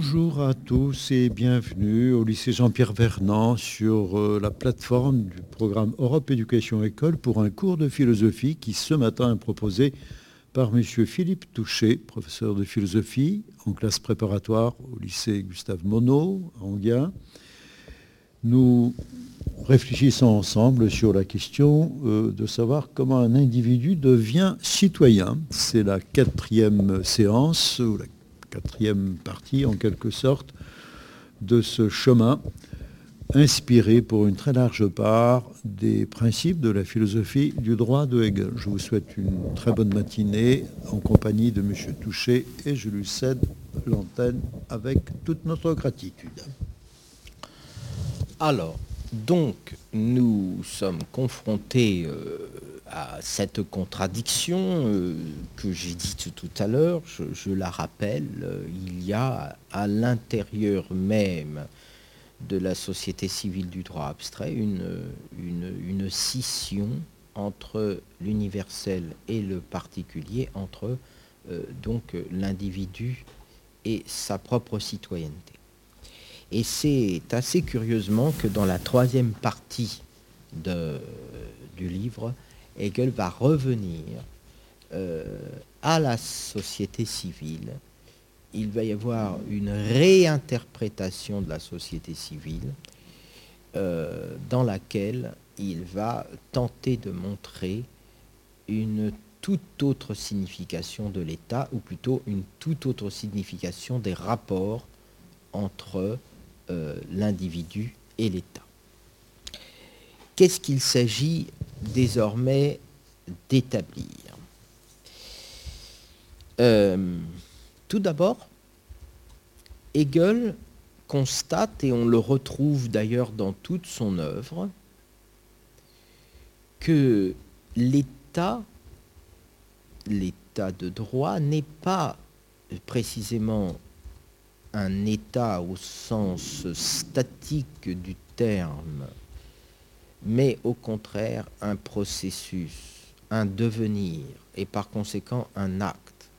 Bonjour à tous et bienvenue au lycée Jean-Pierre Vernant sur la plateforme du programme Europe Éducation École pour un cours de philosophie qui ce matin est proposé par M. Philippe Touché, professeur de philosophie en classe préparatoire au lycée Gustave Monod à Enghien. Nous réfléchissons ensemble sur la question de savoir comment un individu devient citoyen. C'est la 4e séance, ou la 4e partie en quelque sorte, de ce chemin inspiré pour une très large part des principes de la philosophie du droit de Hegel. Je vous souhaite une très bonne matinée en compagnie de M. Touché et je lui cède l'antenne avec toute notre gratitude. Alors, donc, nous sommes confrontés à cette contradiction que j'ai dite tout à l'heure. Je la rappelle, il y a à l'intérieur même de la société civile du droit abstrait une scission entre l'universel et le particulier, entre donc l'individu et sa propre citoyenneté. Et c'est assez curieusement que dans la 3e partie du livre, Hegel va revenir à la société civile. Il va y avoir une réinterprétation de la société civile dans laquelle il va tenter de montrer une toute autre signification de l'État, ou plutôt une toute autre signification des rapports entre l'individu et l'État. Qu'est-ce qu'il s'agit désormais d'établir ? Tout d'abord, Hegel constate, et on le retrouve d'ailleurs dans toute son œuvre, que l'État de droit n'est pas précisément un état au sens statique du terme, mais au contraire un processus, un devenir, et par conséquent un acte.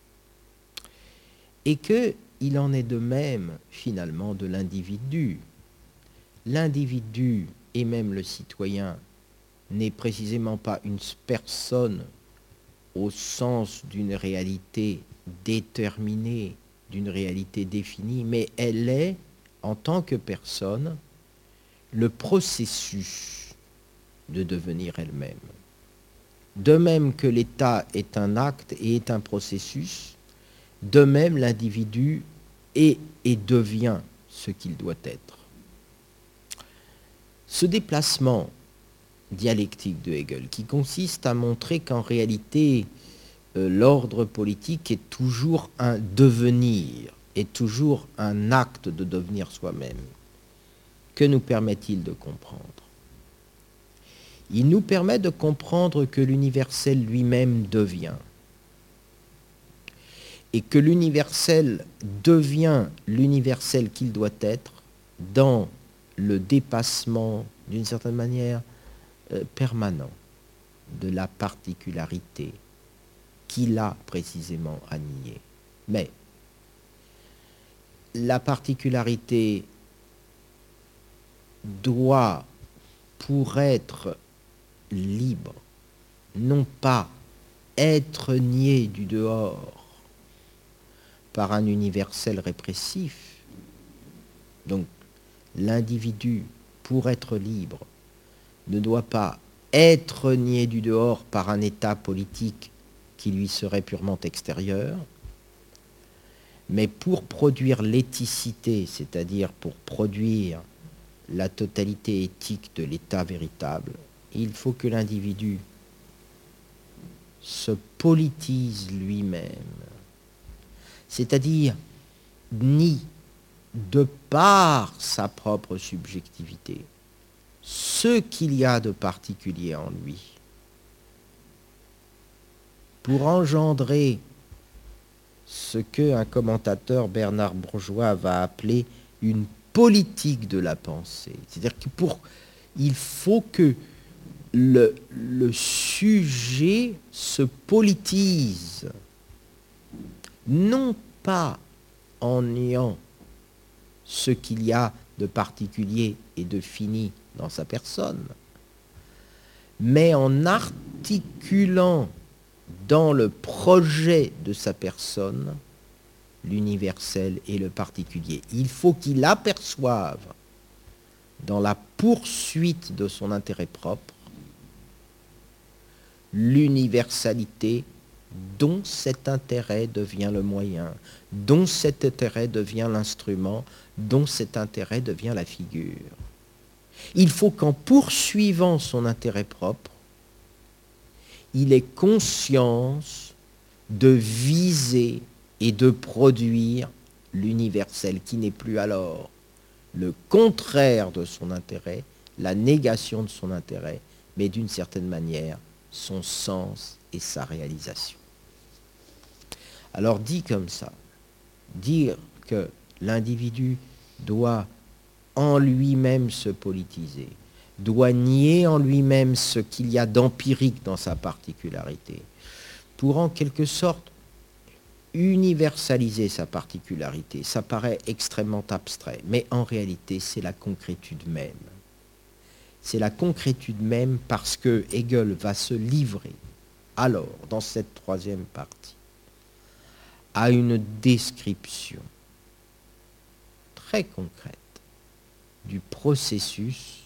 Et qu'il en est de même finalement de l'individu. L'individu et même le citoyen n'est précisément pas une personne au sens d'une réalité déterminée, d'une réalité définie, mais elle est, en tant que personne, le processus de devenir elle-même. De même que l'État est un acte et est un processus, de même l'individu est et devient ce qu'il doit être. Ce déplacement dialectique de Hegel, qui consiste à montrer qu'en réalité, l'ordre politique est toujours un devenir, est toujours un acte de devenir soi-même. Que nous permet-il de comprendre ? Il nous permet de comprendre que l'universel lui-même devient. Et que l'universel devient l'universel qu'il doit être dans le dépassement, d'une certaine manière, permanent de la particularité qu'il a précisément à nier. Mais la particularité doit, pour être libre, non pas être niée du dehors par un universel répressif. Donc l'individu, pour être libre, ne doit pas être nié du dehors par un état politique qui lui serait purement extérieur, mais pour produire l'éthicité, c'est-à-dire pour produire la totalité éthique de l'état véritable, il faut que l'individu se politise lui-même, c'est-à-dire nie de par sa propre subjectivité ce qu'il y a de particulier en lui, pour engendrer ce qu'un commentateur, Bernard Bourgeois, va appeler une politique de la pensée. C'est-à-dire qu'il faut que le sujet se politise, non pas en niant ce qu'il y a de particulier et de fini dans sa personne, mais en articulant dans le projet de sa personne l'universel et le particulier. Il faut qu'il aperçoive dans la poursuite de son intérêt propre l'universalité dont cet intérêt devient le moyen, dont cet intérêt devient l'instrument, dont cet intérêt devient la figure. Il faut qu'en poursuivant son intérêt propre, il ait conscience de viser et de produire l'universel, qui n'est plus alors le contraire de son intérêt, la négation de son intérêt, mais d'une certaine manière, son sens et sa réalisation. Alors dit comme ça, dire que l'individu doit en lui-même se politiser, doit nier en lui-même ce qu'il y a d'empirique dans sa particularité, pour en quelque sorte universaliser sa particularité. Ça paraît extrêmement abstrait, mais en réalité, c'est la concrétude même. C'est la concrétude même parce que Hegel va se livrer, alors, dans cette troisième partie, à une description très concrète du processus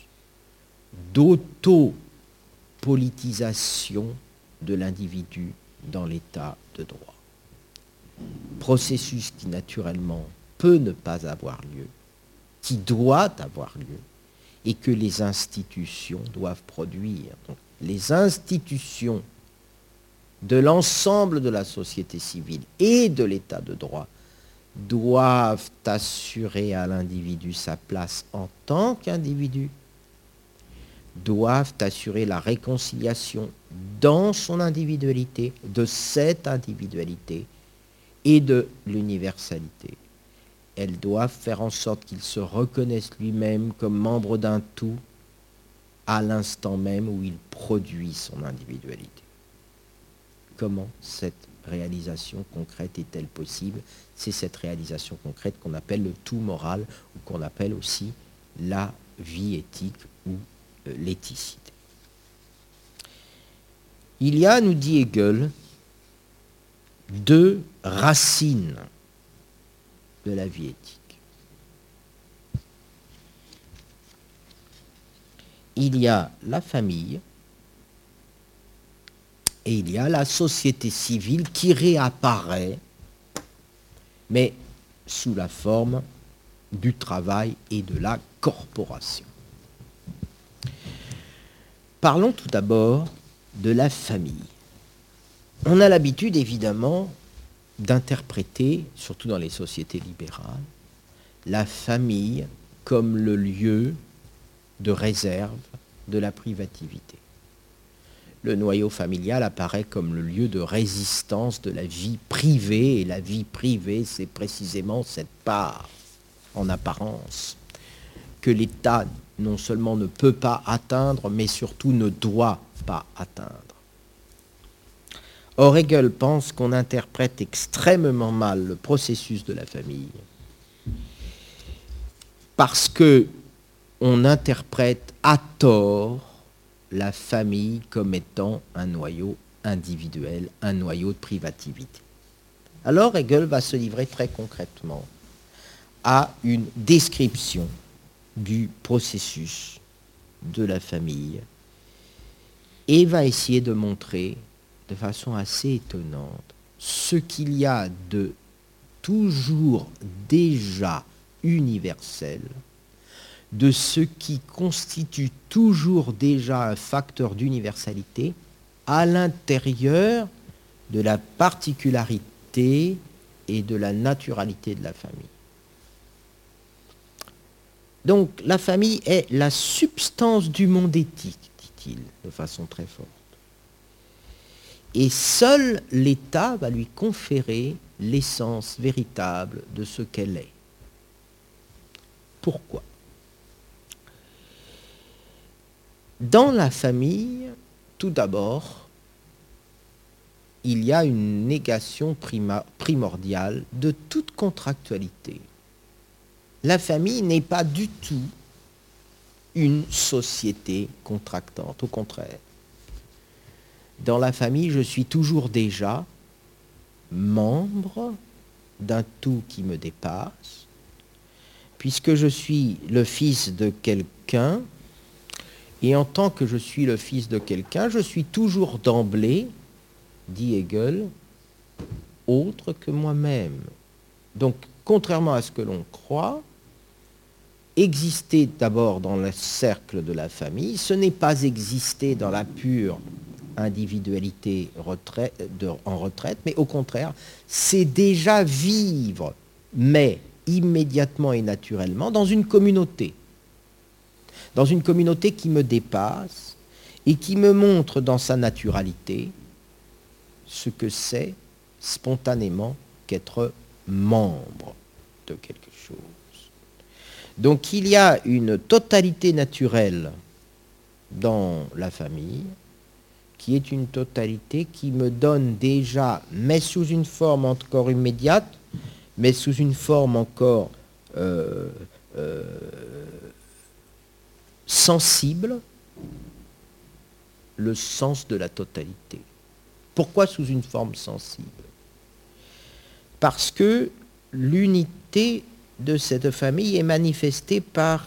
d'auto-politisation de l'individu dans l'état de droit. Processus qui naturellement peut ne pas avoir lieu, qui doit avoir lieu, et que les institutions doivent produire. Donc, les institutions de l'ensemble de la société civile et de l'état de droit doivent assurer à l'individu sa place en tant qu'individu, doivent assurer la réconciliation dans son individualité, de cette individualité et de l'universalité. Elles doivent faire en sorte qu'il se reconnaisse lui-même comme membre d'un tout à l'instant même où il produit son individualité. Comment cette réalisation concrète est-elle possible? C'est cette réalisation concrète qu'on appelle le tout moral, ou qu'on appelle aussi la vie éthique ou l'éthicité. Il y a, nous dit Hegel, deux racines de la vie éthique. Il y a la famille et il y a la société civile qui réapparaît, mais sous la forme du travail et de la corporation. Parlons tout d'abord de la famille. On a l'habitude, évidemment, d'interpréter, surtout dans les sociétés libérales, la famille comme le lieu de réserve de la privativité. Le noyau familial apparaît comme le lieu de résistance de la vie privée, et la vie privée, c'est précisément cette part, en apparence, que l'État non seulement ne peut pas atteindre, mais surtout ne doit pas atteindre. Or, Hegel pense qu'on interprète extrêmement mal le processus de la famille parce qu'on interprète à tort la famille comme étant un noyau individuel, un noyau de privativité. Alors, Hegel va se livrer très concrètement à une description du processus de la famille et va essayer de montrer de façon assez étonnante ce qu'il y a de toujours déjà universel, de ce qui constitue toujours déjà un facteur d'universalité à l'intérieur de la particularité et de la naturalité de la famille. Donc la famille est la substance du monde éthique, dit-il de façon très forte. Et seul l'État va lui conférer l'essence véritable de ce qu'elle est. Pourquoi? Dans la famille, tout d'abord, il y a une négation primordiale de toute contractualité. la famille n'est pas du tout une société contractante, au contraire. Dans la famille, je suis toujours déjà membre d'un tout qui me dépasse, puisque je suis le fils de quelqu'un, et en tant que je suis le fils de quelqu'un, je suis toujours d'emblée, dit Hegel, autre que moi-même. Donc, contrairement à ce que l'on croit, exister d'abord dans le cercle de la famille, ce n'est pas exister dans la pure individualité en retraite, mais au contraire, c'est déjà vivre, mais immédiatement et naturellement, dans une communauté qui me dépasse et qui me montre dans sa naturalité ce que c'est spontanément qu'être membre de quelque chose. Donc il y a une totalité naturelle dans la famille qui est une totalité qui me donne déjà, mais sous une forme encore immédiate, mais sous une forme encore sensible, le sens de la totalité. Pourquoi sous une forme sensible? Parce que l'unité de cette famille est manifestée par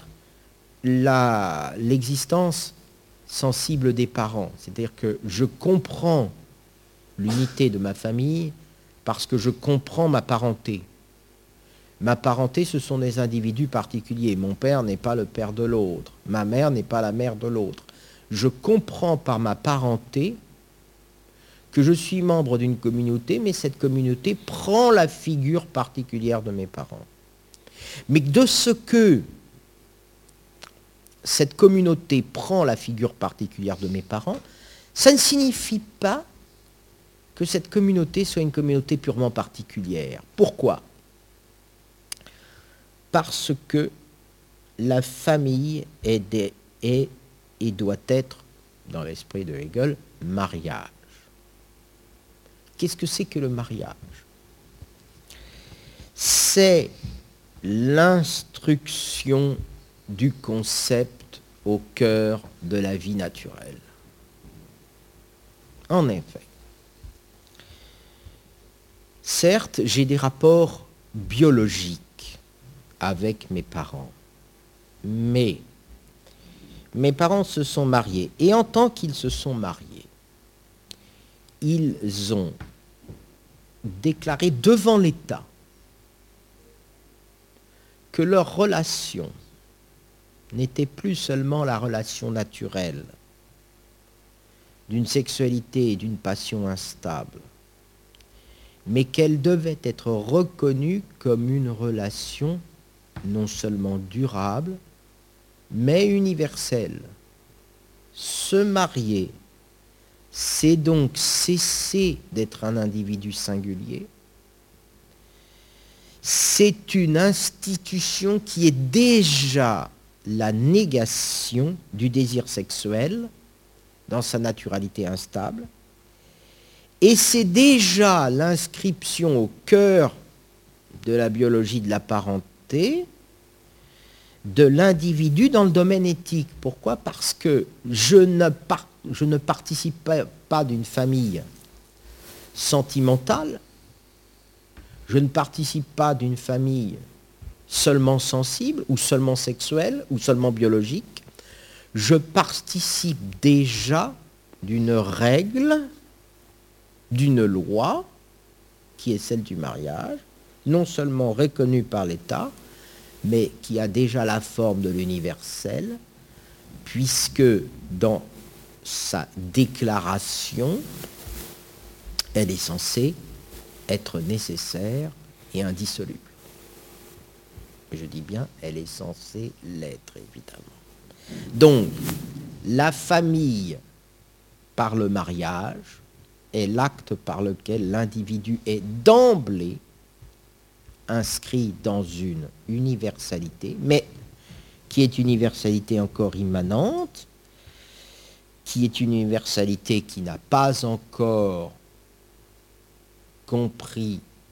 l'existence sensible des parents. C'est-à-dire que je comprends l'unité de ma famille parce que je comprends ma parenté. Ma parenté, ce sont des individus particuliers. Mon père n'est pas le père de l'autre. Ma mère n'est pas la mère de l'autre. Je comprends par ma parenté que je suis membre d'une communauté, mais cette communauté prend la figure particulière de mes parents. Mais de ce que cette communauté prend la figure particulière de mes parents, ça ne signifie pas que cette communauté soit une communauté purement particulière. Pourquoi ? Parce que la famille est et doit être, dans l'esprit de Hegel, mariage. Qu'est-ce que c'est que le mariage? C'est l'instruction du concept au cœur de la vie naturelle. En effet, certes, j'ai des rapports biologiques avec mes parents, mais mes parents se sont mariés, et en tant qu'ils se sont mariés, ils ont déclaré devant l'État que leur relation n'était plus seulement la relation naturelle d'une sexualité et d'une passion instable, mais qu'elle devait être reconnue comme une relation non seulement durable, mais universelle. Se marier, c'est donc cesser d'être un individu singulier. C'est une institution qui est déjà la négation du désir sexuel dans sa naturalité instable, et c'est déjà l'inscription au cœur de la biologie de la parenté de l'individu dans le domaine éthique. Pourquoi ? Parce que je ne participe pas d'une famille sentimentale, je ne participe pas d'une famille seulement sensible, ou seulement sexuelle, ou seulement biologique. Je participe déjà d'une règle, d'une loi, qui est celle du mariage, non seulement reconnue par l'État, mais qui a déjà la forme de l'universel, puisque dans sa déclaration, elle est censée être nécessaire et indissoluble. Je dis bien, elle est censée l'être, évidemment. Donc, la famille, par le mariage, est l'acte par lequel l'individu est d'emblée inscrit dans une universalité, mais qui est une universalité encore immanente, qui est une universalité qui n'a pas encore compris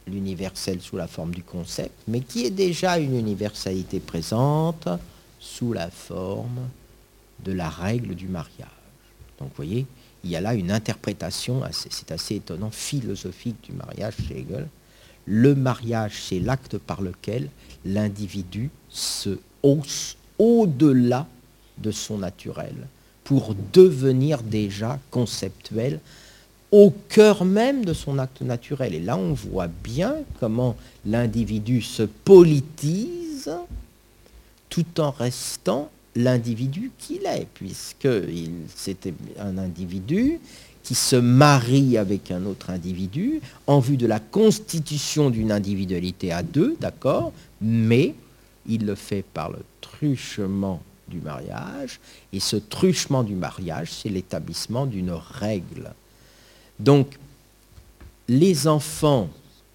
l'universel sous la forme du concept, mais qui est déjà une universalité présente sous la forme de la règle du mariage. Donc vous voyez, il y a là une interprétation, c'est assez étonnant, philosophique du mariage chez Hegel. Le mariage, c'est l'acte par lequel l'individu se hausse au-delà de son naturel pour devenir déjà conceptuel au cœur même de son acte naturel. Et là, on voit bien comment l'individu se politise tout en restant l'individu qu'il est, puisque c'était un individu qui se marie avec un autre individu en vue de la constitution d'une individualité à deux, d'accord, mais il le fait par le truchement du mariage, et ce truchement du mariage, c'est l'établissement d'une règle. Donc, les enfants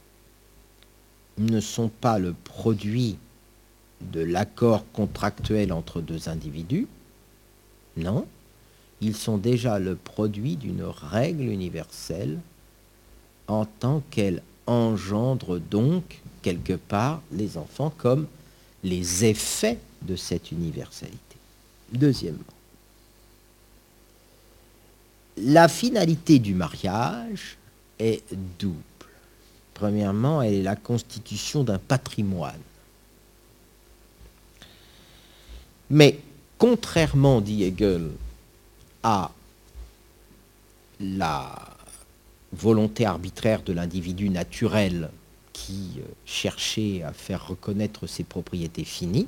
ne sont pas le produit de l'accord contractuel entre deux individus, non, ils sont déjà le produit d'une règle universelle en tant qu'elle engendre donc, quelque part, les enfants comme les effets de cette universalité. Deuxièmement, la finalité du mariage est double. Premièrement, elle est la constitution d'un patrimoine. Mais contrairement, dit Hegel, à la volonté arbitraire de l'individu naturel qui cherchait à faire reconnaître ses propriétés finies,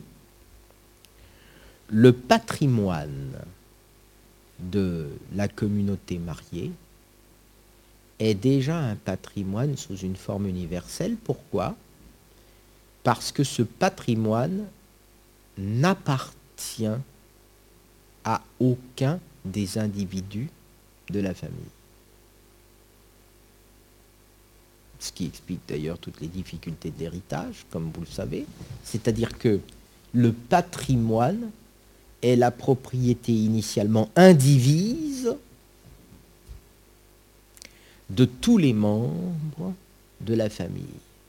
le patrimoine de la communauté mariée est déjà un patrimoine sous une forme universelle. Pourquoi ? Parce que ce patrimoine n'appartient à aucun des individus de la famille. Ce qui explique d'ailleurs toutes les difficultés de l'héritage, comme vous le savez. C'est-à-dire que le patrimoine est la propriété initialement indivise de tous les membres de la famille.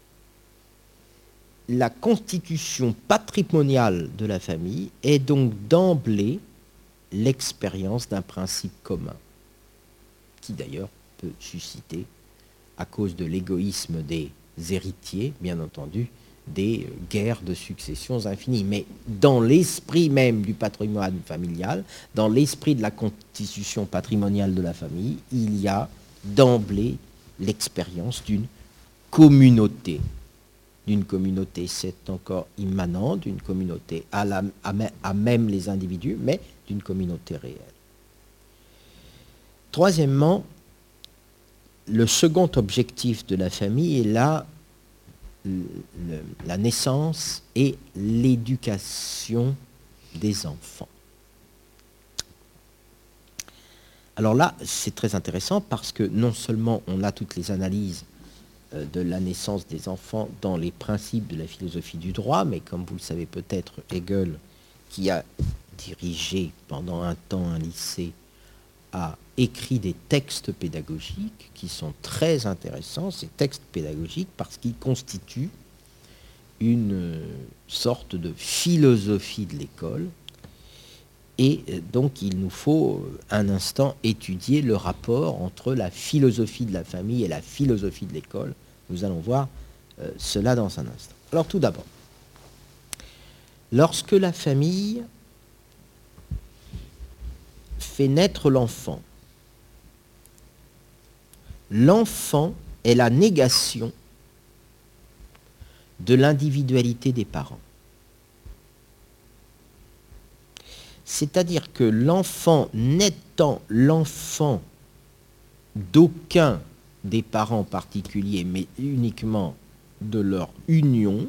La constitution patrimoniale de la famille est donc d'emblée l'expérience d'un principe commun, qui d'ailleurs peut susciter, à cause de l'égoïsme des héritiers, bien entendu, des guerres de successions infinies. Mais dans l'esprit même du patrimoine familial, dans l'esprit de la constitution patrimoniale de la famille, il y a d'emblée l'expérience d'une communauté. D'une communauté, c'est encore immanent, d'une communauté à même les individus, mais d'une communauté réelle. Troisièmement, le second objectif de la famille est là la naissance et l'éducation des enfants. Alors là, c'est très intéressant parce que non seulement on a toutes les analyses de la naissance des enfants dans les principes de la philosophie du droit, mais comme vous le savez peut-être, Hegel, qui a dirigé pendant un temps un lycée, a écrit des textes pédagogiques qui sont très intéressants, ces textes pédagogiques, parce qu'ils constituent une sorte de philosophie de l'école. Et donc il nous faut un instant étudier le rapport entre la philosophie de la famille et la philosophie de l'école. Nous allons voir cela dans un instant. Alors tout d'abord, lorsque la famille fait naître l'enfant, l'enfant est la négation de l'individualité des parents. C'est-à-dire que l'enfant n'étant l'enfant d'aucun des parents particuliers, mais uniquement de leur union,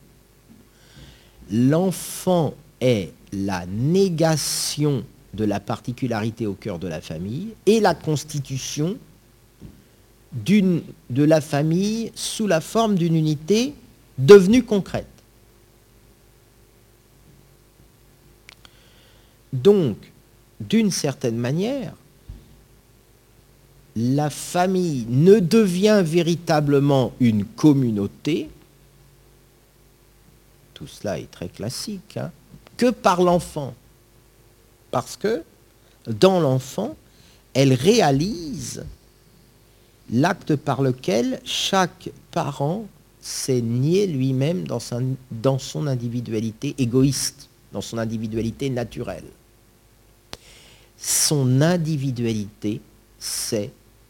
l'enfant est la négation de la particularité au cœur de la famille et la constitution de la famille sous la forme d'une unité devenue concrète. Donc, d'une certaine manière, la famille ne devient véritablement une communauté, tout cela est très classique, hein, que par l'enfant. Parce que dans l'enfant, elle réalise l'acte par lequel chaque parent s'est nié lui-même dans son individualité égoïste, dans son individualité naturelle. Son individualité s'est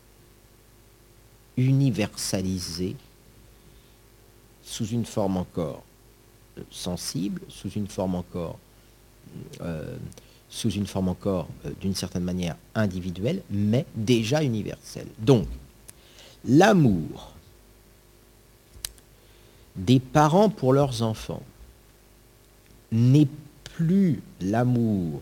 universalisée sous une forme encore sensible, sous une forme encore d'une certaine manière individuelle, mais déjà universelle. Donc, l'amour des parents pour leurs enfants n'est plus l'amour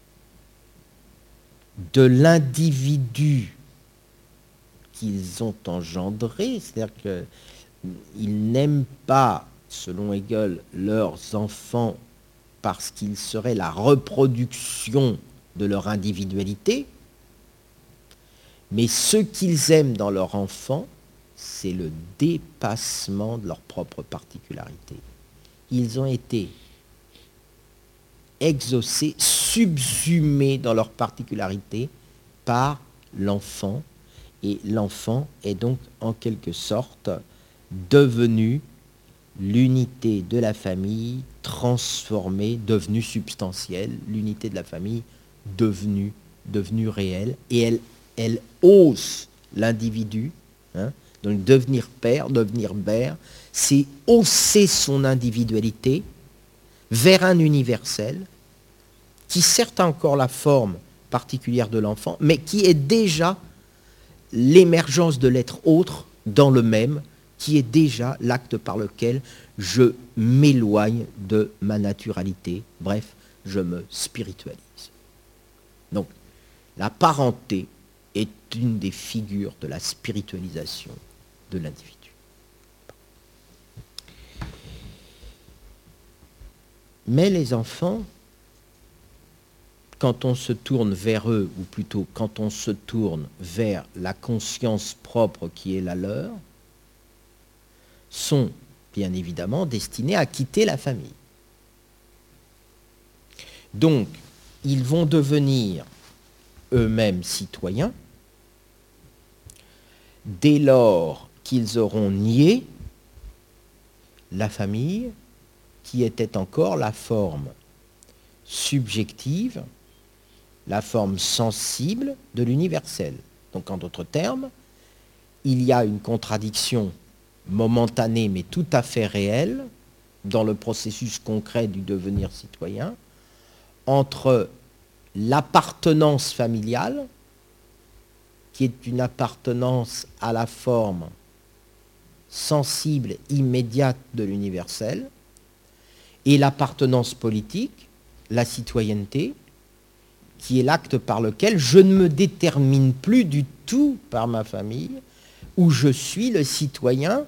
de l'individu qu'ils ont engendré, c'est-à-dire qu'ils n'aiment pas, selon Hegel, leurs enfants parce qu'ils seraient la reproduction de leur individualité, mais ce qu'ils aiment dans leur enfant, c'est le dépassement de leur propre particularité. Ils ont été exaucés, subsumés dans leur particularité par l'enfant, et l'enfant est donc en quelque sorte devenu l'unité de la famille transformée, devenue substantielle, l'unité de la famille devenue réelle, et elle hausse l'individu, hein, donc devenir père, devenir mère, c'est hausser son individualité vers un universel qui certes a encore la forme particulière de l'enfant, mais qui est déjà l'émergence de l'être autre dans le même, qui est déjà l'acte par lequel je m'éloigne de ma naturalité, bref, je me spiritualise. Donc, la parenté est une des figures de la spiritualisation de l'individu. Mais les enfants, quand on se tourne vers eux, ou plutôt quand on se tourne vers la conscience propre qui est la leur, sont bien évidemment destinés à quitter la famille. Donc, ils vont devenir eux-mêmes citoyens dès lors qu'ils auront nié la famille qui était encore la forme subjective, la forme sensible de l'universel. Donc en d'autres termes, il y a une contradiction momentanée mais tout à fait réelle dans le processus concret du devenir citoyen entre l'appartenance familiale, qui est une appartenance à la forme sensible, immédiate de l'universel, et l'appartenance politique, la citoyenneté, qui est l'acte par lequel je ne me détermine plus du tout par ma famille, où je suis le citoyen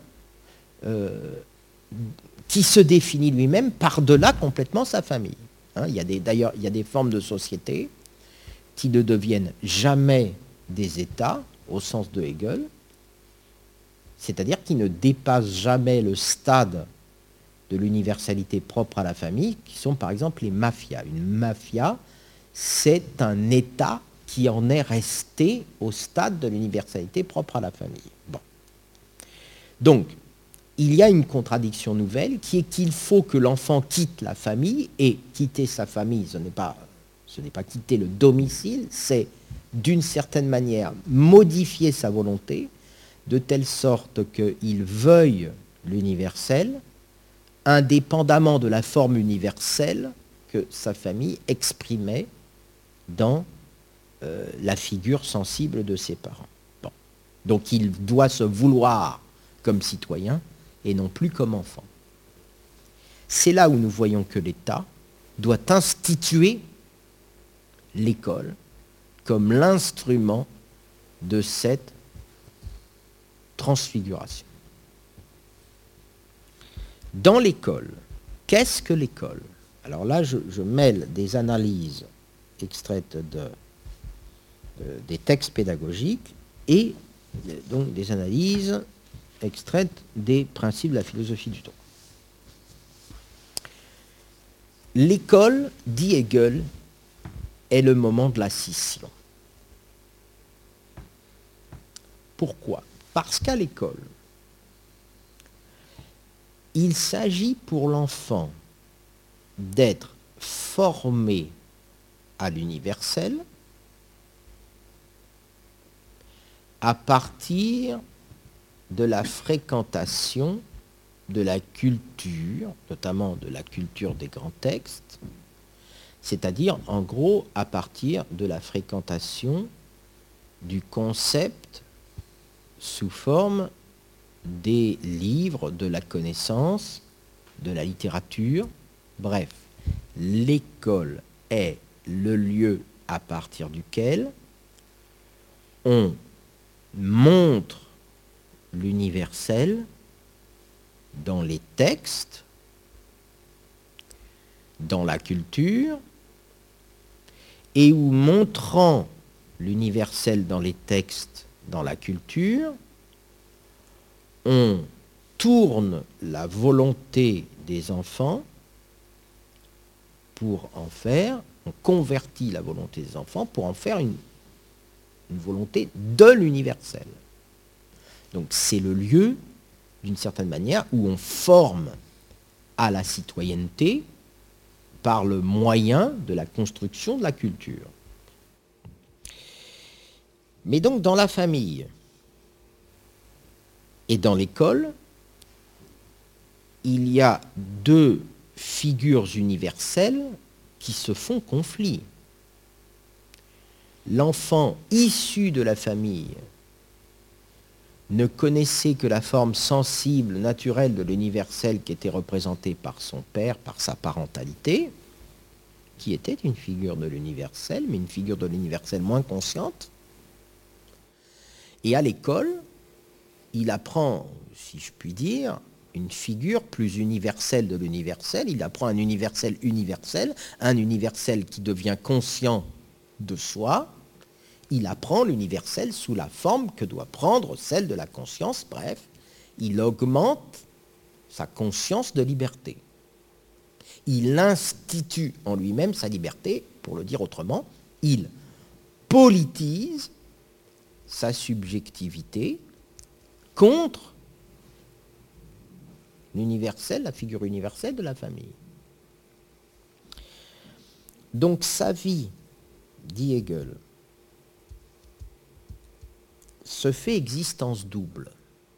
qui se définit lui-même par-delà complètement sa famille. Hein, d'ailleurs, il y a des formes de société qui ne deviennent jamais des États, au sens de Hegel, c'est-à-dire qui ne dépassent jamais le stade de l'universalité propre à la famille, qui sont par exemple les mafias. Une mafia, c'est un État qui en est resté au stade de l'universalité propre à la famille. Bon. Donc, il y a une contradiction nouvelle qui est qu'il faut que l'enfant quitte la famille, et quitter sa famille, ce n'est pas quitter le domicile, c'est d'une certaine manière modifier sa volonté de telle sorte qu'il veuille l'universel, indépendamment de la forme universelle que sa famille exprimait dans la figure sensible de ses parents. Bon. Donc il doit se vouloir comme citoyen et non plus comme enfant. C'est là où nous voyons que l'État doit instituer l'école comme l'instrument de cette transfiguration. Dans l'école, qu'est-ce que l'école? Alors là, je mêle des analyses extraites des textes pédagogiques et donc des analyses extraites des principes de la philosophie du droit. L'école, dit Hegel, est le moment de la scission. Pourquoi? Parce qu'à l'école, il s'agit pour l'enfant d'être formé à l'universel à partir de la fréquentation de la culture, notamment de la culture des grands textes, c'est-à-dire en gros à partir de la fréquentation du concept sous forme des livres, de la connaissance, de la littérature. Bref, l'école est le lieu à partir duquel on montre l'universel dans les textes, dans la culture, et où, montrant l'universel dans les textes, dans la culture, on tourne la volonté des enfants pour en faire, on convertit la volonté des enfants pour en faire une volonté de l'universel. Donc c'est le lieu, d'une certaine manière, où on forme à la citoyenneté par le moyen de la construction de la culture. Mais donc dans la famille et dans l'école, il y a deux figures universelles qui se font conflit. L'enfant issu de la famille ne connaissait que la forme sensible, naturelle de l'universel qui était représentée par son père, par sa parentalité, qui était une figure de l'universel, mais une figure de l'universel moins consciente. Et à l'école, il apprend, si je puis dire, une figure plus universelle de l'universel. Il apprend un universel universel, un universel qui devient conscient de soi. Il apprend l'universel sous la forme que doit prendre celle de la conscience. Bref, il augmente sa conscience de liberté. Il institue en lui-même sa liberté, pour le dire autrement, il politise sa subjectivité contre l'universel, la figure universelle de la famille. Donc sa vie, dit Hegel, se fait existence double.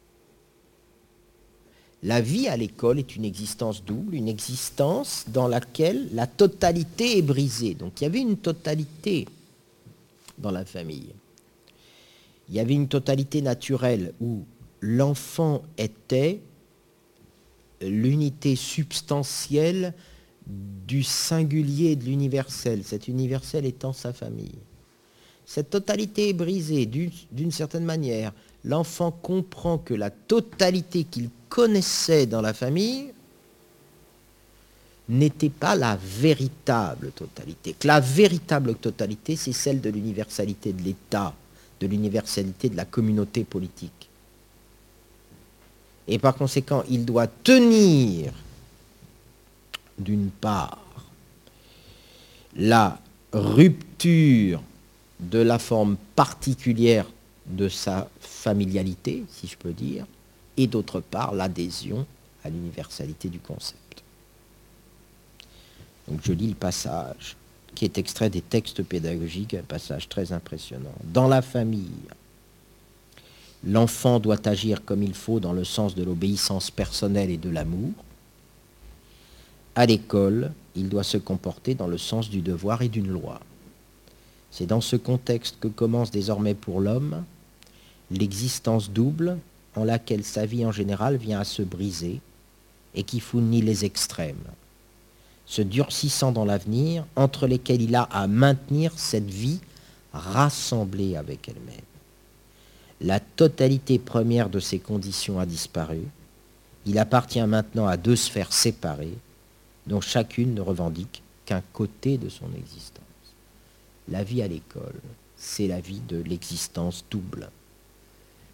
La vie à l'école est une existence double, une existence dans laquelle la totalité est brisée. Donc il y avait une totalité dans la famille. Il y avait une totalité naturelle où l'enfant était l'unité substantielle du singulier et de l'universel, cet universel étant sa famille. Cette totalité est brisée d'une certaine manière. L'enfant comprend que la totalité qu'il connaissait dans la famille n'était pas la véritable totalité. Que la véritable totalité, c'est celle de l'universalité de l'État, de l'universalité de la communauté politique. Et par conséquent, il doit tenir, d'une part, la rupture de la forme particulière de sa familialité, si je peux dire, et d'autre part, l'adhésion à l'universalité du concept. Donc je lis le passage qui est extrait des textes pédagogiques, un passage très impressionnant. Dans la famille, l'enfant doit agir comme il faut dans le sens de l'obéissance personnelle et de l'amour. À l'école, il doit se comporter dans le sens du devoir et d'une loi. C'est dans ce contexte que commence désormais pour l'homme l'existence double en laquelle sa vie en général vient à se briser et qui fournit les extrêmes, se durcissant dans l'avenir, entre lesquels il a à maintenir cette vie rassemblée avec elle-même. La totalité première de ces conditions a disparu. Il appartient maintenant à deux sphères séparées, dont chacune ne revendique qu'un côté de son existence. La vie à l'école, c'est la vie de l'existence double.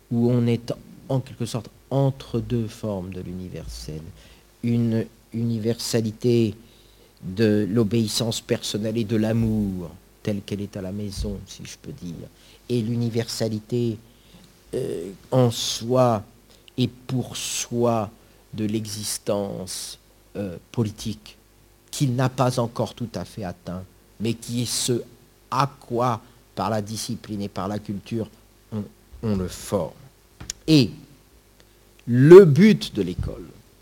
où on est en quelque sorte entre deux formes de l'universel. Une universalité de l'obéissance personnelle et de l'amour, telle qu'elle est à la maison, si je peux dire, et l'universalité en soi et pour soi de l'existence politique, qu'il n'a pas encore tout à fait atteint, mais qui est ce à quoi, par la discipline et par la culture, on le forme. Et le but de l'école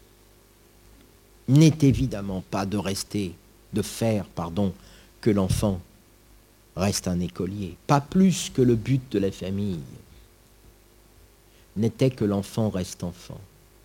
n'est évidemment pas de faire que l'enfant reste un écolier, pas plus que le but de la famille n'était que l'enfant reste enfant.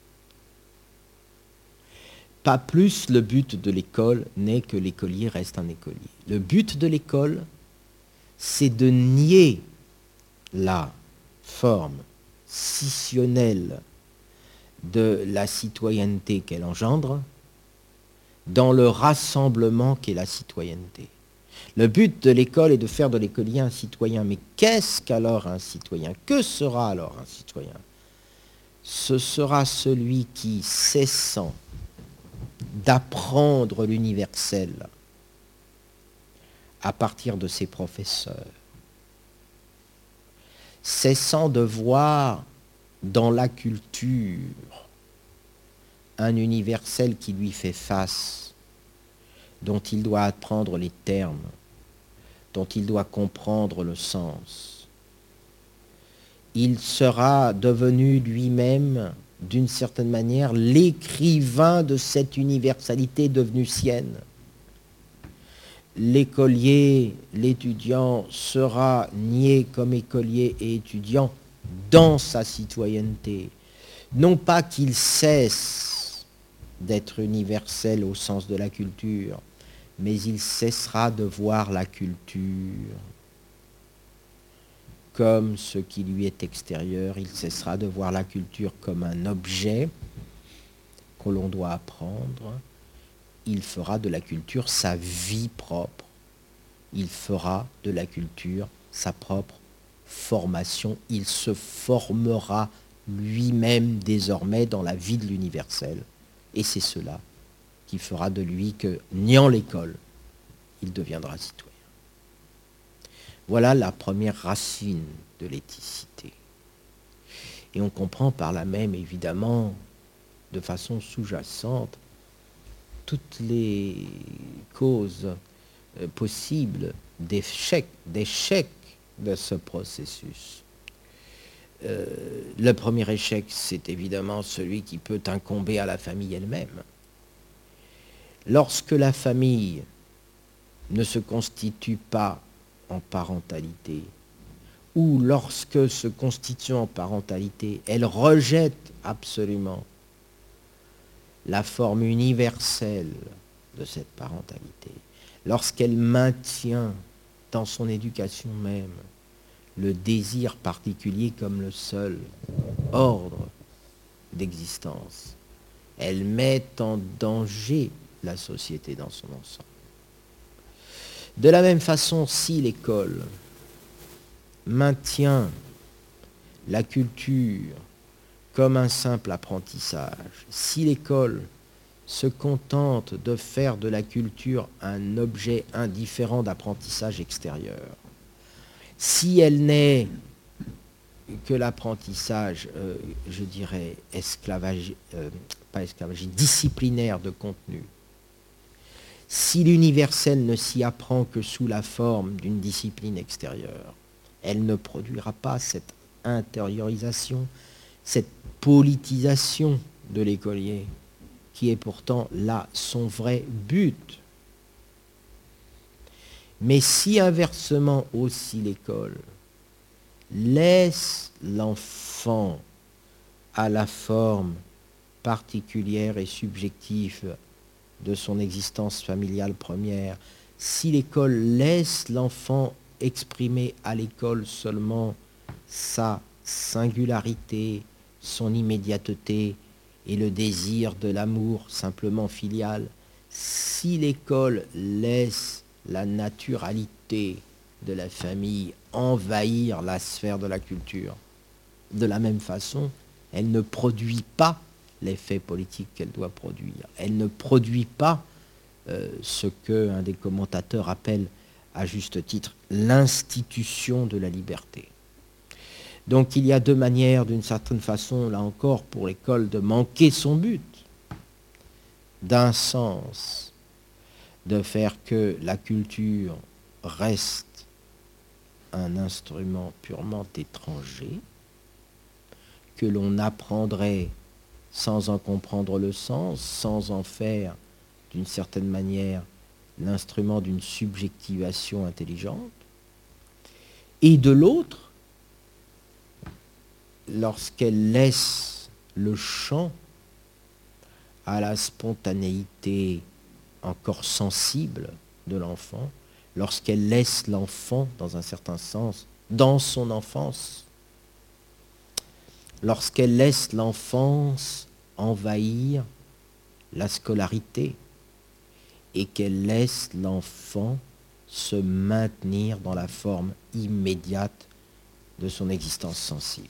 Pas plus le but de l'école n'est que l'écolier reste un écolier. Le but de l'école, c'est de nier la forme scissionnelle de la citoyenneté qu'elle engendre dans le rassemblement qu'est la citoyenneté. Le but de l'école est de faire de l'écolier un citoyen. Mais qu'est-ce qu'alors un citoyen? Que sera alors un citoyen? Ce sera celui qui, cessant d'apprendre l'universel à partir de ses professeurs, cessant de voir dans la culture un universel qui lui fait face, dont il doit apprendre les termes, dont il doit comprendre le sens. Il sera devenu lui-même, d'une certaine manière, l'écrivain de cette universalité devenue sienne. L'écolier, l'étudiant sera nié comme écolier et étudiant dans sa citoyenneté. Non pas qu'il cesse d'être universel au sens de la culture, mais il cessera de voir la culture comme ce qui lui est extérieur. Il cessera de voir la culture comme un objet que l'on doit apprendre. Il fera de la culture sa vie propre. Il fera de la culture sa propre formation. Il se formera lui-même désormais dans la vie de l'universel. Et c'est cela qui fera de lui que, niant l'école, il deviendra citoyen. Voilà la première racine de l'éthicité. Et on comprend par là même, évidemment, de façon sous-jacente, toutes les causes possibles d'échec de ce processus. Le premier échec, c'est évidemment celui qui peut incomber à la famille elle-même. Lorsque la famille ne se constitue pas en parentalité, ou lorsque se constituant en parentalité, elle rejette absolument la forme universelle de cette parentalité, lorsqu'elle maintient dans son éducation même le désir particulier comme le seul ordre d'existence, elle met en danger la société dans son ensemble. De la même façon, si l'école maintient la culture comme un simple apprentissage, si l'école se contente de faire de la culture un objet indifférent d'apprentissage extérieur, si elle n'est que l'apprentissage, je dirais, disciplinaire de contenu, si l'universel ne s'y apprend que sous la forme d'une discipline extérieure, elle ne produira pas cette intériorisation, cette politisation de l'écolier, qui est pourtant là son vrai but. Mais si inversement aussi l'école laisse l'enfant à la forme particulière et subjective de son existence familiale première, si l'école laisse l'enfant exprimer à l'école seulement sa singularité, son immédiateté et le désir de l'amour simplement filial, si l'école laisse la naturalité de la famille envahir la sphère de la culture, de la même façon, elle ne produit pas l'effet politique qu'elle doit produire. Elle ne produit pas ce qu'un des commentateurs appelle, à juste titre, l'institution de la liberté. Donc il y a deux manières, d'une certaine façon, là encore, pour l'école de manquer son but. D'un sens, de faire que la culture reste un instrument purement étranger, que l'on apprendrait sans en comprendre le sens, sans en faire, d'une certaine manière, l'instrument d'une subjectivation intelligente. Et de l'autre, lorsqu'elle laisse le champ à la spontanéité encore sensible de l'enfant, lorsqu'elle laisse l'enfant, dans un certain sens, dans son enfance, lorsqu'elle laisse l'enfance envahir la scolarité et qu'elle laisse l'enfant se maintenir dans la forme immédiate de son existence sensible.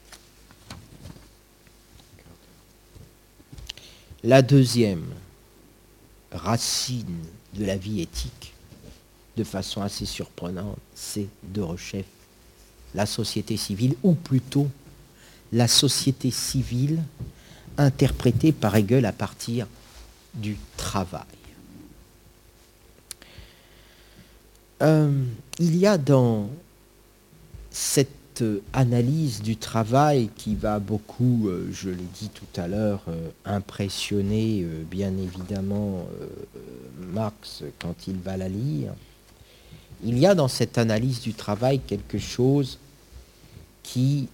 La deuxième racine de la vie éthique, de façon assez surprenante, c'est de rechef la société civile, ou plutôt la société civile interprétée par Hegel à partir du travail. Il y a dans cette analyse du travail qui va beaucoup, je l'ai dit tout à l'heure, impressionner bien évidemment Marx quand il va la lire, il y a dans cette analyse du travail quelque chose qui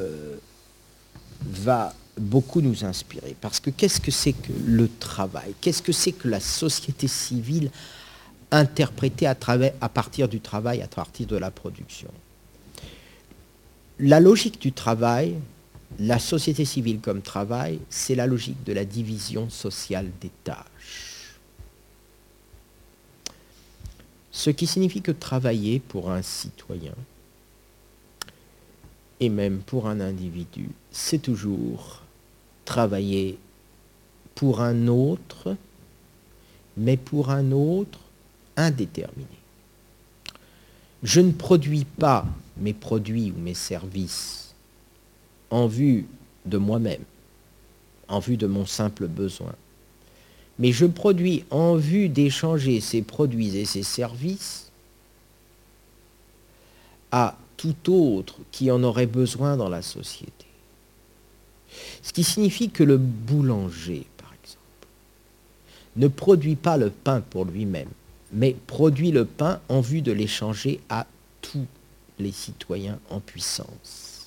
va beaucoup nous inspirer. Parce que qu'est-ce que c'est que le travail? Qu'est-ce que c'est que la société civile interprétée à partir du travail, à partir de la production? La logique du travail, la société civile comme travail, c'est la logique de la division sociale des tâches. Ce qui signifie que travailler pour un citoyen, et même pour un individu, c'est toujours travailler pour un autre, mais pour un autre indéterminé. Je ne produis pas mes produits ou mes services en vue de moi-même, en vue de mon simple besoin, mais je produis en vue d'échanger ces produits et ces services à tout autre qui en aurait besoin dans la société. Ce qui signifie que le boulanger, par exemple, ne produit pas le pain pour lui-même, mais produit le pain en vue de l'échanger à tous les citoyens en puissance.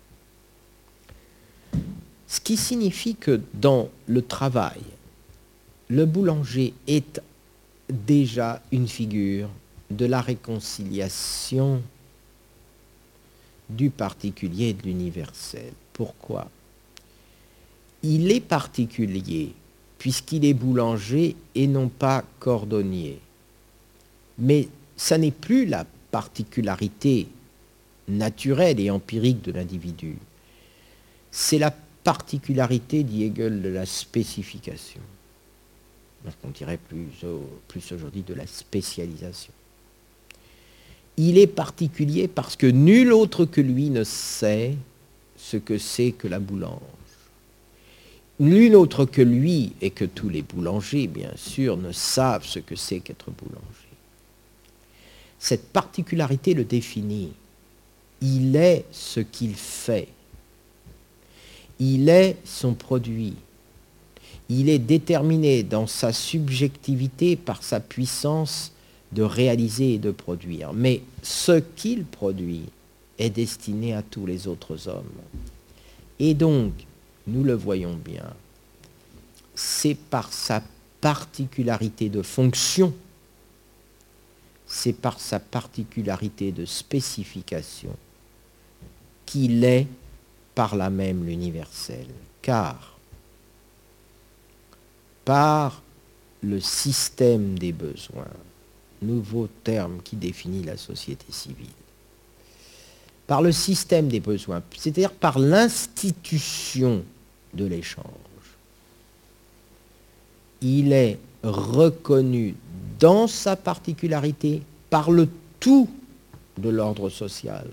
Ce qui signifie que dans le travail, le boulanger est déjà une figure de la réconciliation du particulier et de l'universel. Pourquoi? Il est particulier puisqu'il est boulanger et non pas cordonnier. Mais ça n'est plus la particularité naturelle et empirique de l'individu. C'est la particularité, dit Hegel, de la spécification. On dirait plus aujourd'hui de la spécialisation. Il est particulier parce que nul autre que lui ne sait ce que c'est que la boulange. Nul autre que lui, et que tous les boulangers, bien sûr, ne savent ce que c'est qu'être boulanger. Cette particularité le définit. Il est ce qu'il fait. Il est son produit. Il est déterminé dans sa subjectivité par sa puissance de réaliser et de produire. Mais ce qu'il produit est destiné à tous les autres hommes. Et donc, nous le voyons bien, c'est par sa particularité de fonction, c'est par sa particularité de spécification qu'il est par là même l'universel. Car par le système des besoins, nouveau terme qui définit la société civile, par le système des besoins, c'est-à-dire par l'institution de l'échange, il est reconnu dans sa particularité par le tout de l'ordre social.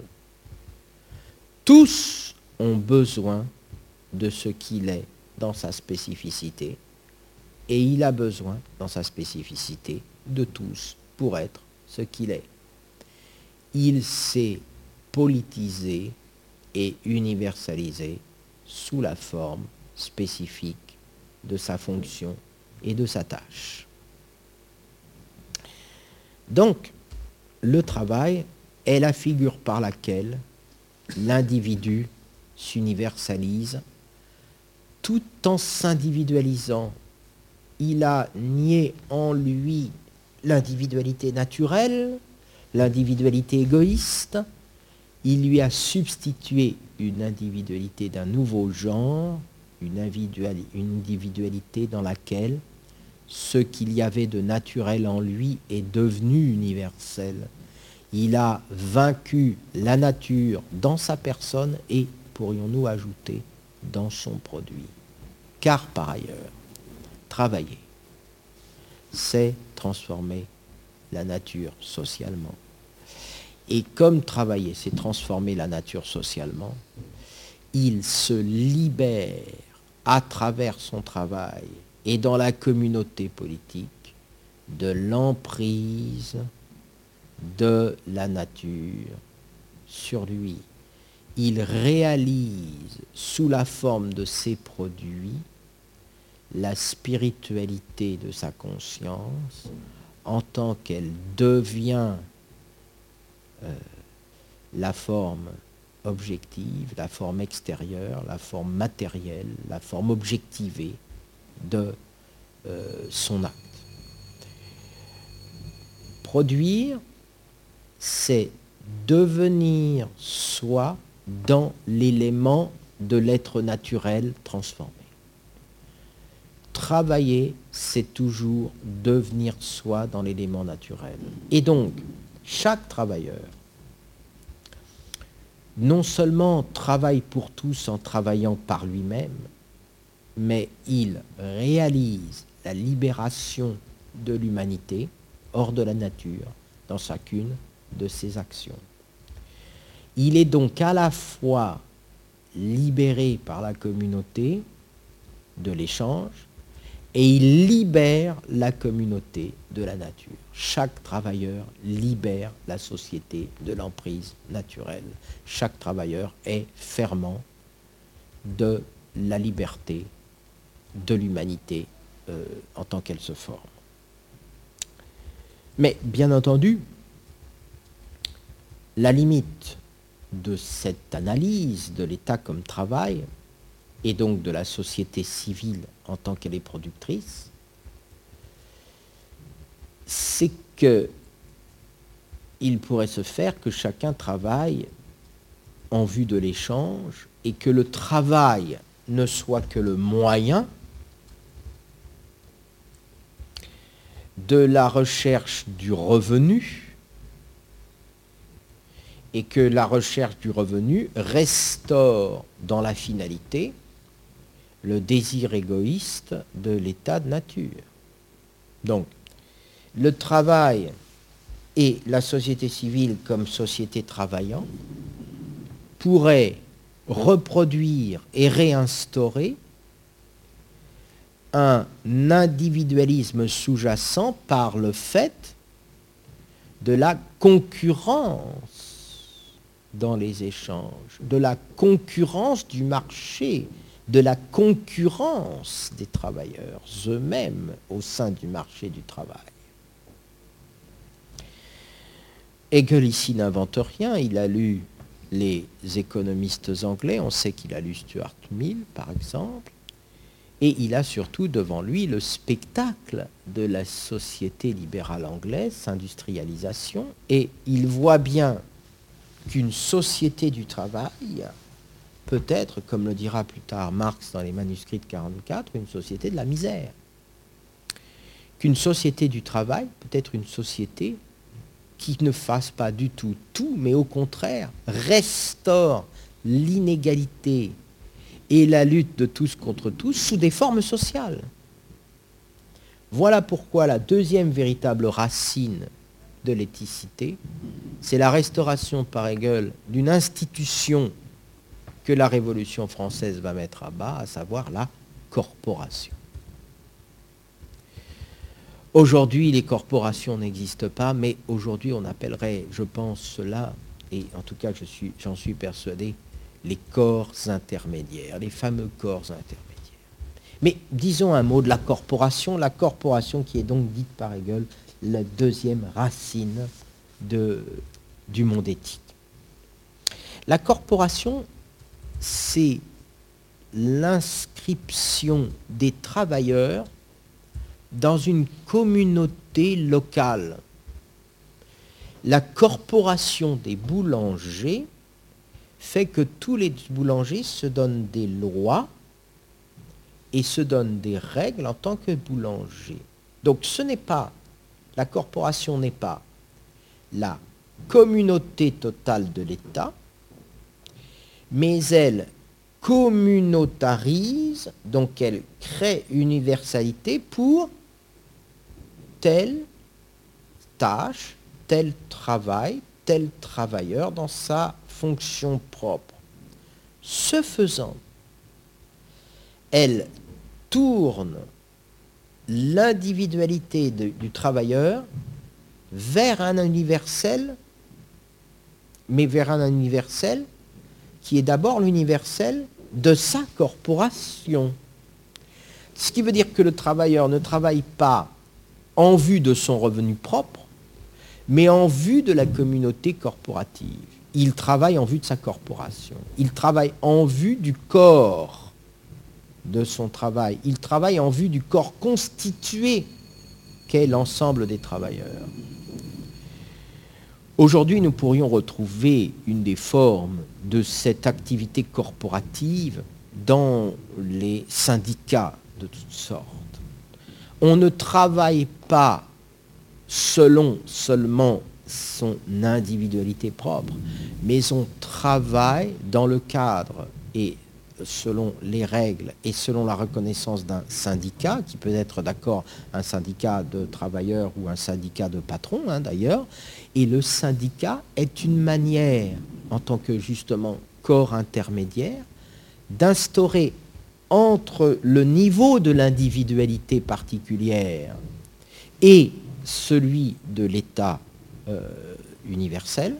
Tous ont besoin de ce qu'il est dans sa spécificité, et il a besoin, dans sa spécificité, de tous pour être ce qu'il est. Il s'est politisé et universalisé sous la forme spécifique de sa fonction et de sa tâche. Donc, le travail est la figure par laquelle l'individu s'universalise tout en s'individualisant. Il a nié en lui l'individualité naturelle, l'individualité égoïste, il lui a substitué une individualité d'un nouveau genre, une individualité dans laquelle ce qu'il y avait de naturel en lui est devenu universel. Il a vaincu la nature dans sa personne et, pourrions-nous ajouter, dans son produit. Car par ailleurs, travailler, c'est transformer la nature socialement. Et comme travailler, c'est transformer la nature socialement, il se libère à travers son travail et dans la communauté politique de l'emprise de la nature sur lui. Il réalise sous la forme de ses produits la spiritualité de sa conscience en tant qu'elle devient la forme objective, la forme extérieure, la forme matérielle, la forme objectivée de son acte. Produire, c'est devenir soi dans l'élément de l'être naturel transformé. Travailler, c'est toujours devenir soi dans l'élément naturel. Et donc, chaque travailleur, non seulement travaille pour tous en travaillant par lui-même, mais il réalise la libération de l'humanité hors de la nature dans chacune de ses actions. Il est donc à la fois libéré par la communauté de l'échange et il libère la communauté de la nature. Chaque travailleur libère la société de l'emprise naturelle. Chaque travailleur est ferment de la liberté de l'humanité en tant qu'elle se forme. Mais bien entendu, la limite de cette analyse de l'État comme travail et donc de la société civile en tant qu'elle est productrice, c'est qu'il pourrait se faire que chacun travaille en vue de l'échange et que le travail ne soit que le moyen de la recherche du revenu et que la recherche du revenu restaure dans la finalité le désir égoïste de l'état de nature. Donc, le travail et la société civile comme société travaillant pourraient reproduire et réinstaurer un individualisme sous-jacent par le fait de la concurrence dans les échanges, de la concurrence du marché, de la concurrence des travailleurs eux-mêmes au sein du marché du travail. Hegel ici n'invente rien, il a lu les économistes anglais, on sait qu'il a lu Stuart Mill par exemple, et il a surtout devant lui le spectacle de la société libérale anglaise, industrialisation, et il voit bien qu'une société du travail peut être, comme le dira plus tard Marx dans les manuscrits de 1944, une société de la misère. Qu'une société du travail peut être une société qui ne fasse pas du tout, mais au contraire, restaure l'inégalité et la lutte de tous contre tous sous des formes sociales. Voilà pourquoi la deuxième véritable racine de l'éthicité, c'est la restauration par Hegel d'une institution que la Révolution française va mettre à bas, à savoir la corporation. Aujourd'hui, les corporations n'existent pas, mais aujourd'hui, on appellerait, je pense, cela, et en tout cas, j'en suis persuadé, les corps intermédiaires, les fameux corps intermédiaires. Mais disons un mot de la corporation qui est donc dite par Hegel la deuxième racine du monde éthique. La corporation, c'est l'inscription des travailleurs dans une communauté locale. La corporation des boulangers fait que tous les boulangers se donnent des lois et se donnent des règles en tant que boulangers. Donc la corporation n'est pas la communauté totale de l'État, mais elle communautarise, donc elle crée une universalité pour telle tâche, tel travail, tel travailleur dans sa fonction propre. Ce faisant, elle tourne l'individualité du travailleur vers un universel, mais vers un universel qui est d'abord l'universel de sa corporation. Ce qui veut dire que le travailleur ne travaille pas en vue de son revenu propre, mais en vue de la communauté corporative. Il travaille en vue de sa corporation. Il travaille en vue du corps de son travail. Il travaille en vue du corps constitué qu'est l'ensemble des travailleurs. Aujourd'hui, nous pourrions retrouver une des formes de cette activité corporative dans les syndicats de toutes sortes. On ne travaille pas selon seulement son individualité propre, mais on travaille dans le cadre et selon les règles et selon la reconnaissance d'un syndicat, qui peut être d'accord un syndicat de travailleurs ou un syndicat de patrons d'ailleurs, et le syndicat est une manière, en tant que justement corps intermédiaire, d'instaurer entre le niveau de l'individualité particulière et celui de l'État universel,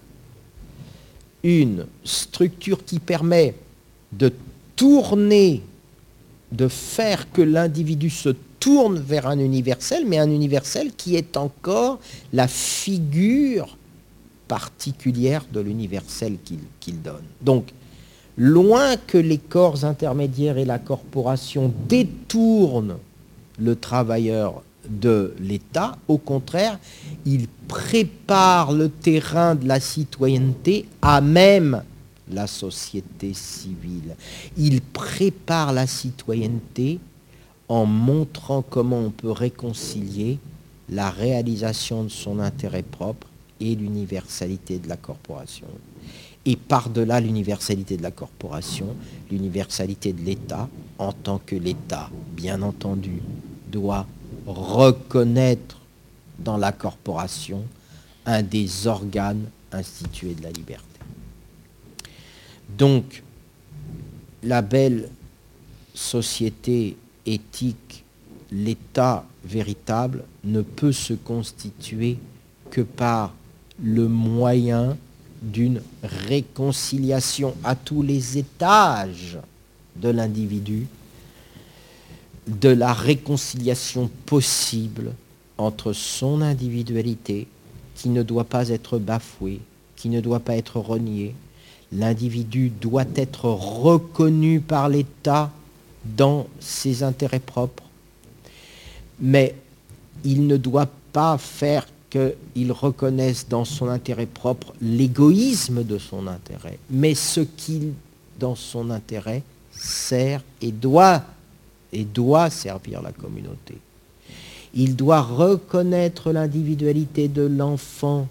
une structure qui permet de tourner, de faire que l'individu se tourne vers un universel, mais un universel qui est encore la figure particulière de l'universel qu'il donne. Donc, loin que les corps intermédiaires et la corporation détournent le travailleur de l'État, au contraire, ils préparent le terrain de la citoyenneté à même la société civile. Ils préparent la citoyenneté en montrant comment on peut réconcilier la réalisation de son intérêt propre et l'universalité de la corporation. Et par-delà l'universalité de la corporation, l'universalité de l'État, en tant que l'État, bien entendu, doit reconnaître dans la corporation un des organes institués de la liberté. Donc, la belle société éthique, l'État véritable, ne peut se constituer que par le moyen d'une réconciliation à tous les étages de l'individu, de la réconciliation possible entre son individualité, qui ne doit pas être bafouée, qui ne doit pas être reniée. L'individu doit être reconnu par l'État dans ses intérêts propres, mais il ne doit pas faire qu'il reconnaisse dans son intérêt propre l'égoïsme de son intérêt, mais ce qui, dans son intérêt, sert et doit servir la communauté. Il doit reconnaître l'individualité de l'enfant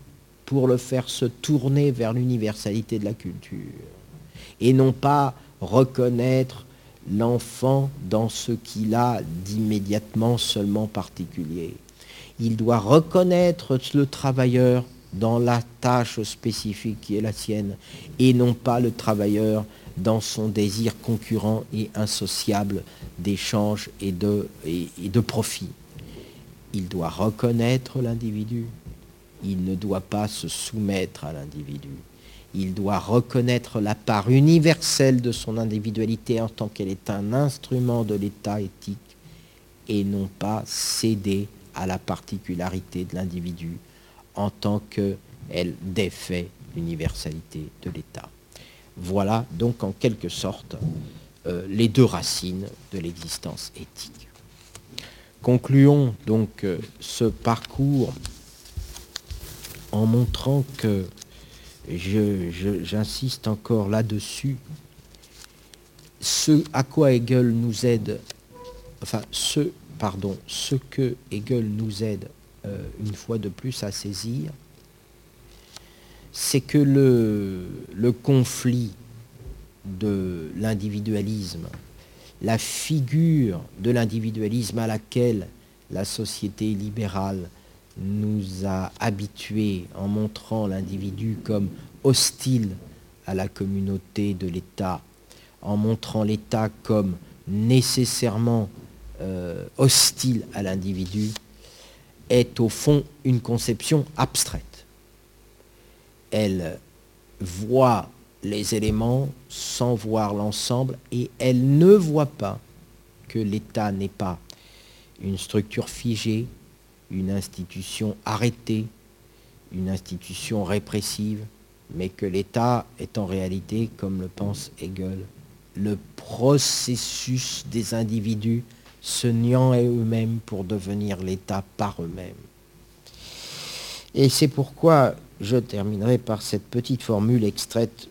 pour le faire se tourner vers l'universalité de la culture, et non pas reconnaître l'enfant dans ce qu'il a d'immédiatement seulement particulier. Il doit reconnaître le travailleur dans la tâche spécifique qui est la sienne, et non pas le travailleur dans son désir concurrent et insociable d'échange et de profit. Il doit reconnaître l'individu. Il ne doit pas se soumettre à l'individu. Il doit reconnaître la part universelle de son individualité en tant qu'elle est un instrument de l'état éthique, et non pas céder à la particularité de l'individu en tant qu'elle défait l'universalité de l'état. Voilà donc en quelque sorte les deux racines de l'existence éthique. Concluons donc ce parcours en montrant que, j'insiste encore là-dessus, ce à quoi Hegel nous aide, ce que Hegel nous aide une fois de plus à saisir, c'est que le conflit de l'individualisme, la figure de l'individualisme à laquelle la société libérale nous a habitués en montrant l'individu comme hostile à la communauté de l'État, en montrant l'État comme nécessairement hostile à l'individu, est au fond une conception abstraite. Elle voit les éléments sans voir l'ensemble, et elle ne voit pas que l'État n'est pas une structure figée, une institution arrêtée, une institution répressive, mais que l'État est en réalité, comme le pense Hegel, le processus des individus se niant à eux-mêmes pour devenir l'État par eux-mêmes. Et c'est pourquoi je terminerai par cette petite formule extraite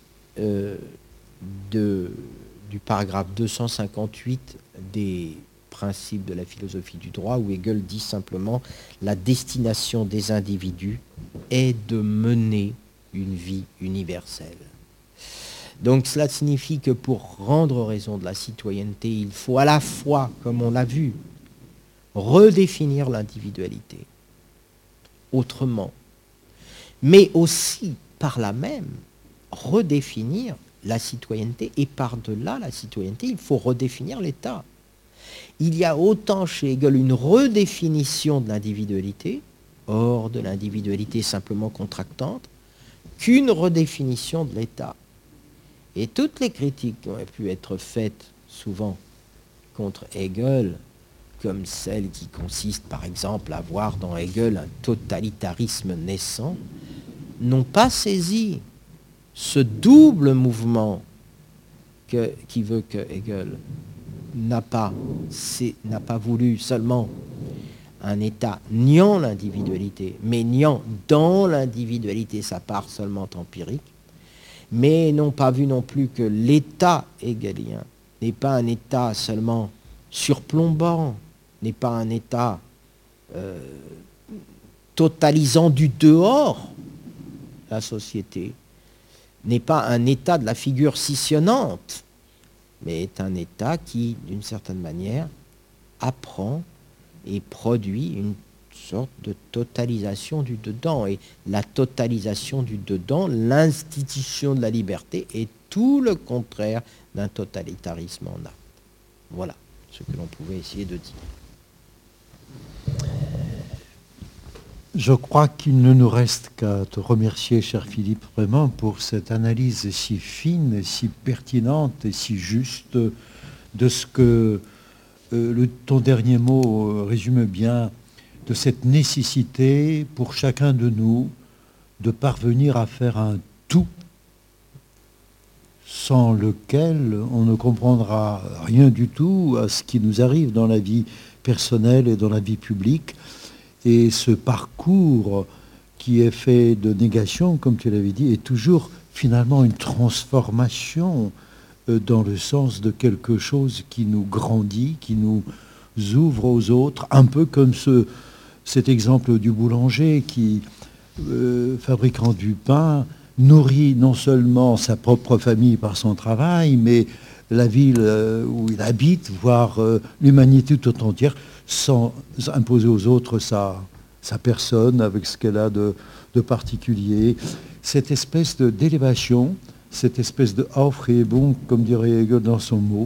du paragraphe 258 des Principes de la philosophie du droit, où Hegel dit simplement « La destination des individus est de mener une vie universelle ». Donc cela signifie que pour rendre raison de la citoyenneté, il faut à la fois, comme on l'a vu, redéfinir l'individualité autrement, mais aussi par là même redéfinir la citoyenneté, et par-delà la citoyenneté, il faut redéfinir l'État. Il y a autant chez Hegel une redéfinition de l'individualité, hors de l'individualité simplement contractante, qu'une redéfinition de l'État. Et toutes les critiques qui ont pu être faites souvent contre Hegel, comme celle qui consiste par exemple à voir dans Hegel un totalitarisme naissant, n'ont pas saisi ce double mouvement qui veut que Hegel n'a pas voulu seulement un État niant l'individualité, mais niant dans l'individualité sa part seulement empirique, mais n'ont pas vu non plus que l'État hegelien n'est pas un État seulement surplombant, n'est pas un État totalisant du dehors la société, n'est pas un État de la figure scissionnante, mais est un État qui, d'une certaine manière, apprend et produit une sorte de totalisation du dedans. Et la totalisation du dedans, l'institution de la liberté, est tout le contraire d'un totalitarisme en âme. Voilà ce que l'on pouvait essayer de dire. Je crois qu'il ne nous reste qu'à te remercier, cher Philippe, vraiment pour cette analyse si fine, si pertinente et si juste de ce que ton dernier mot résume bien, de cette nécessité pour chacun de nous de parvenir à faire un tout sans lequel on ne comprendra rien du tout à ce qui nous arrive dans la vie personnelle et dans la vie publique. Et ce parcours qui est fait de négation, comme tu l'avais dit, est toujours finalement une transformation dans le sens de quelque chose qui nous grandit, qui nous ouvre aux autres, un peu comme cet exemple du boulanger qui fabricant du pain, nourrit non seulement sa propre famille par son travail, mais la ville où il habite, voire l'humanité tout entière, sans imposer aux autres sa personne, avec ce qu'elle a de particulier. Cette espèce d'élévation, cette espèce de Aufhebung, comme dirait Hegel dans son mot,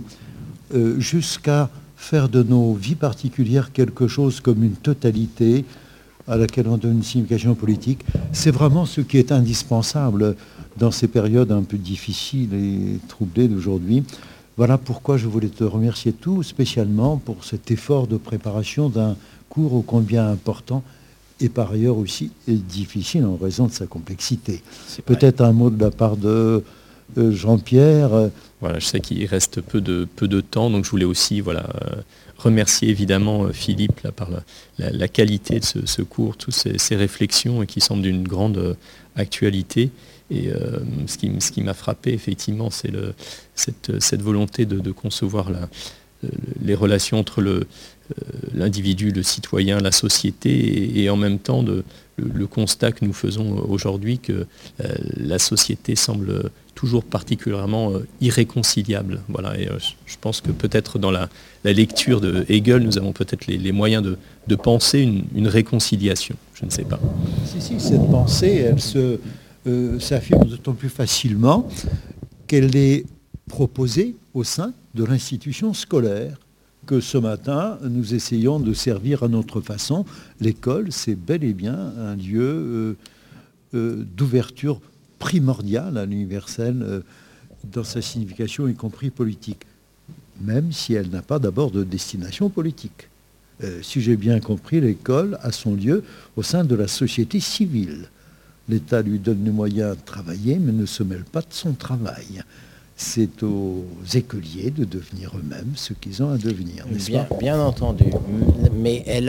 jusqu'à faire de nos vies particulières quelque chose comme une totalité à laquelle on donne une signification politique, c'est vraiment ce qui est indispensable dans ces périodes un peu difficiles et troublées d'aujourd'hui. Voilà pourquoi je voulais te remercier tout spécialement pour cet effort de préparation d'un cours ô combien important et par ailleurs aussi difficile en raison de sa complexité. Peut-être un mot de la part de Jean-Pierre. Voilà, je sais qu'il reste peu de temps, donc je voulais aussi remercier évidemment Philippe là, par la qualité de ce cours, toutes ces réflexions qui semblent d'une grande actualité. Et ce qui m'a frappé effectivement, c'est cette volonté de concevoir les relations entre l'individu, le citoyen, la société, et en même temps le constat que nous faisons aujourd'hui que la société semble toujours particulièrement irréconciliable. Voilà, et je pense que peut-être dans la lecture de Hegel, nous avons peut-être les moyens de penser une réconciliation. Je ne sais pas. Si, cette pensée, elle s'affirme d'autant plus facilement qu'elle est proposée au sein de l'institution scolaire que ce matin, nous essayons de servir à notre façon. L'école, c'est bel et bien un lieu d'ouverture primordiale à l'universel dans sa signification, y compris politique, même si elle n'a pas d'abord de destination politique. Si j'ai bien compris, l'école a son lieu au sein de la société civile. L'État lui donne les moyens de travailler, mais ne se mêle pas de son travail. C'est aux écoliers de devenir eux-mêmes ce qu'ils ont à devenir, n'est-ce pas ? Bien entendu, mais elle a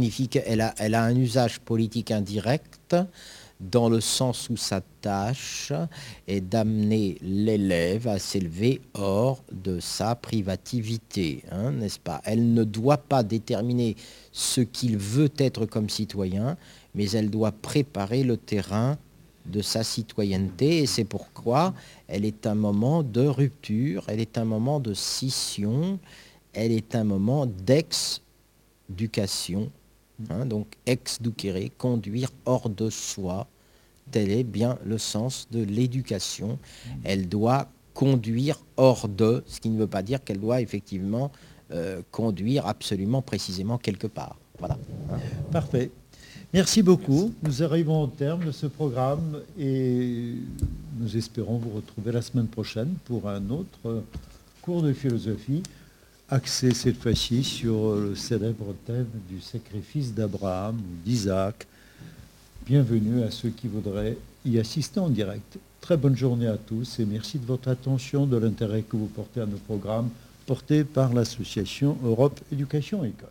un usage politique indirect dans le sens où sa tâche est d'amener l'élève à s'élever hors de sa privativité, n'est-ce pas ? Elle ne doit pas déterminer ce qu'il veut être comme citoyen, mais elle doit préparer le terrain de sa citoyenneté, et c'est pourquoi elle est un moment de rupture, elle est un moment de scission, elle est un moment d'ex-ducation, donc ex-ducere, conduire hors de soi, tel est bien le sens de l'éducation. Elle doit conduire hors de, ce qui ne veut pas dire qu'elle doit effectivement conduire absolument précisément quelque part. Voilà. Parfait. Merci beaucoup. Nous arrivons au terme de ce programme et nous espérons vous retrouver la semaine prochaine pour un autre cours de philosophie axé cette fois-ci sur le célèbre thème du sacrifice d'Abraham ou d'Isaac. Bienvenue à ceux qui voudraient y assister en direct. Très bonne journée à tous et merci de votre attention, de l'intérêt que vous portez à nos programmes portés par l'association Europe Éducation École.